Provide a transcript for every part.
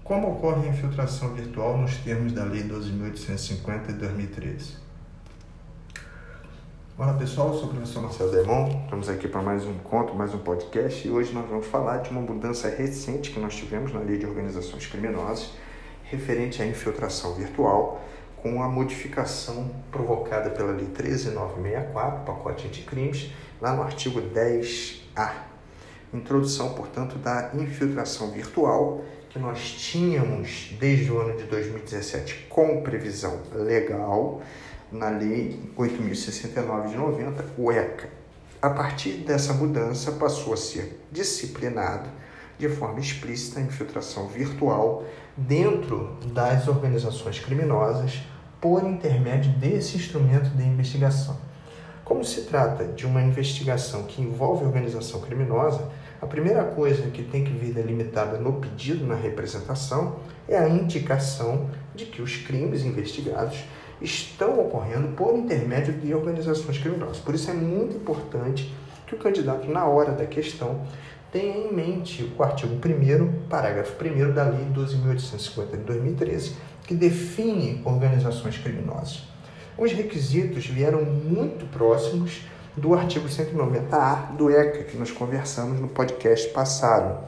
Como ocorre a infiltração virtual nos termos da Lei 12.850 de 2013? Olá pessoal, eu sou o professor Marcelo Demon, estamos aqui para mais um encontro, mais um podcast e hoje nós vamos falar de uma mudança recente que nós tivemos na Lei de Organizações Criminosas referente à infiltração virtual com a modificação provocada pela Lei 13.964, pacote anticrimes, lá no artigo 10A. Introdução, portanto, da infiltração virtual que nós tínhamos desde o ano de 2017 com previsão legal na Lei 8.069 de 90, o ECA. A partir dessa mudança passou a ser disciplinado de forma explícita a infiltração virtual dentro das organizações criminosas por intermédio desse instrumento de investigação. Como se trata de uma investigação que envolve organização criminosa, a primeira coisa que tem que vir delimitada no pedido, na representação, é a indicação de que os crimes investigados estão ocorrendo por intermédio de organizações criminosas. Por isso é muito importante que o candidato, na hora da questão, tenha em mente o artigo 1º, parágrafo 1º da Lei 12.850 de 2013, que define organizações criminosas. Os requisitos vieram muito próximos do artigo 190A do ECA, que nós conversamos no podcast passado.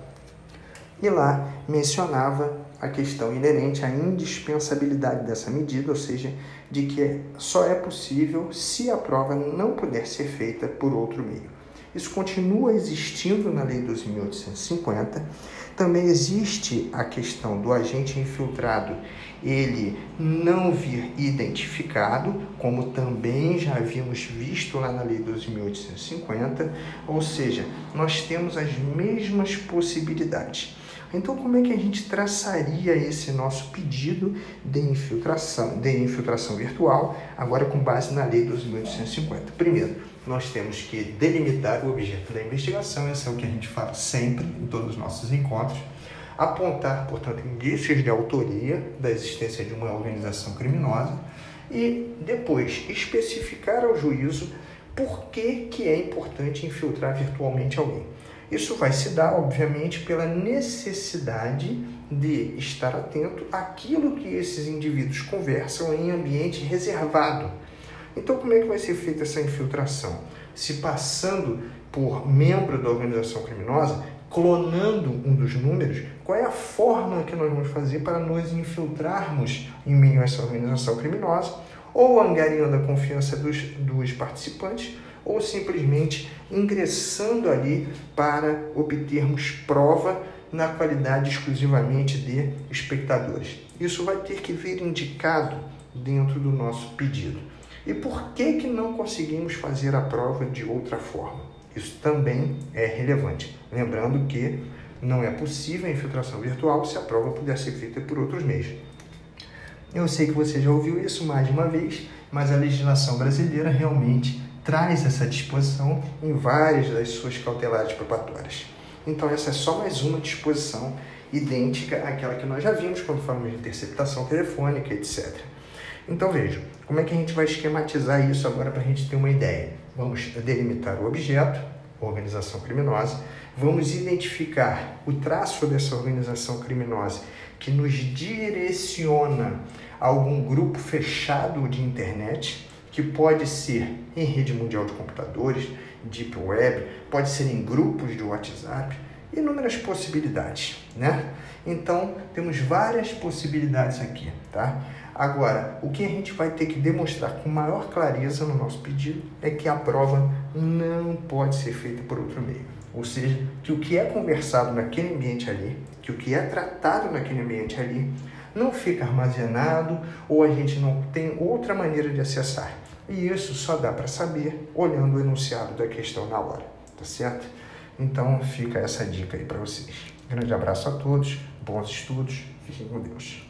E lá mencionava a questão inerente à indispensabilidade dessa medida, ou seja, de que só é possível se a prova não puder ser feita por outro meio. Isso continua existindo na Lei 12.850. Também existe a questão do agente infiltrado ele não vir identificado, como também já havíamos visto lá na Lei 12.850, ou seja, nós temos as mesmas possibilidades. Então, como é que a gente traçaria esse nosso pedido de infiltração virtual, agora com base na Lei 12.850? Primeiro, nós temos que delimitar o objeto da investigação, isso é o que a gente fala sempre em todos os nossos encontros, apontar, portanto, indícios de autoria da existência de uma organização criminosa e depois especificar ao juízo por que é importante infiltrar virtualmente alguém. Isso vai se dar, obviamente, pela necessidade de estar atento àquilo que esses indivíduos conversam em ambiente reservado. Então, como é que vai ser feita essa infiltração? Se passando por membro da organização criminosa, clonando um dos números, qual é a forma que nós vamos fazer para nos infiltrarmos em meio a essa organização criminosa, ou angariando a confiança dos participantes, ou simplesmente ingressando ali para obtermos prova na qualidade exclusivamente de espectadores. Isso vai ter que vir indicado dentro do nosso pedido. E por que não conseguimos fazer a prova de outra forma? Isso também é relevante. Lembrando que não é possível a infiltração virtual se a prova puder ser feita por outros meios. Eu sei que você já ouviu isso mais de uma vez, mas a legislação brasileira realmente traz essa disposição em várias das suas cautelares probatórias. Então essa é só mais uma disposição idêntica àquela que nós já vimos quando falamos de interceptação telefônica, etc. Então vejam, como é que a gente vai esquematizar isso agora para a gente ter uma ideia? Vamos delimitar o objeto, organização criminosa, vamos identificar o traço dessa organização criminosa que nos direciona a algum grupo fechado de internet, que pode ser em rede mundial de computadores, deep web, pode ser em grupos de WhatsApp, inúmeras possibilidades, né? Então, temos várias possibilidades aqui, tá? Agora, o que a gente vai ter que demonstrar com maior clareza no nosso pedido é que a prova não pode ser feita por outro meio. Ou seja, que o que é conversado naquele ambiente ali, que o que é tratado naquele ambiente ali, não fica armazenado ou a gente não tem outra maneira de acessar. E isso só dá para saber olhando o enunciado da questão na hora, tá certo? Então fica essa dica aí para vocês. Grande abraço a todos, bons estudos, fiquem com Deus.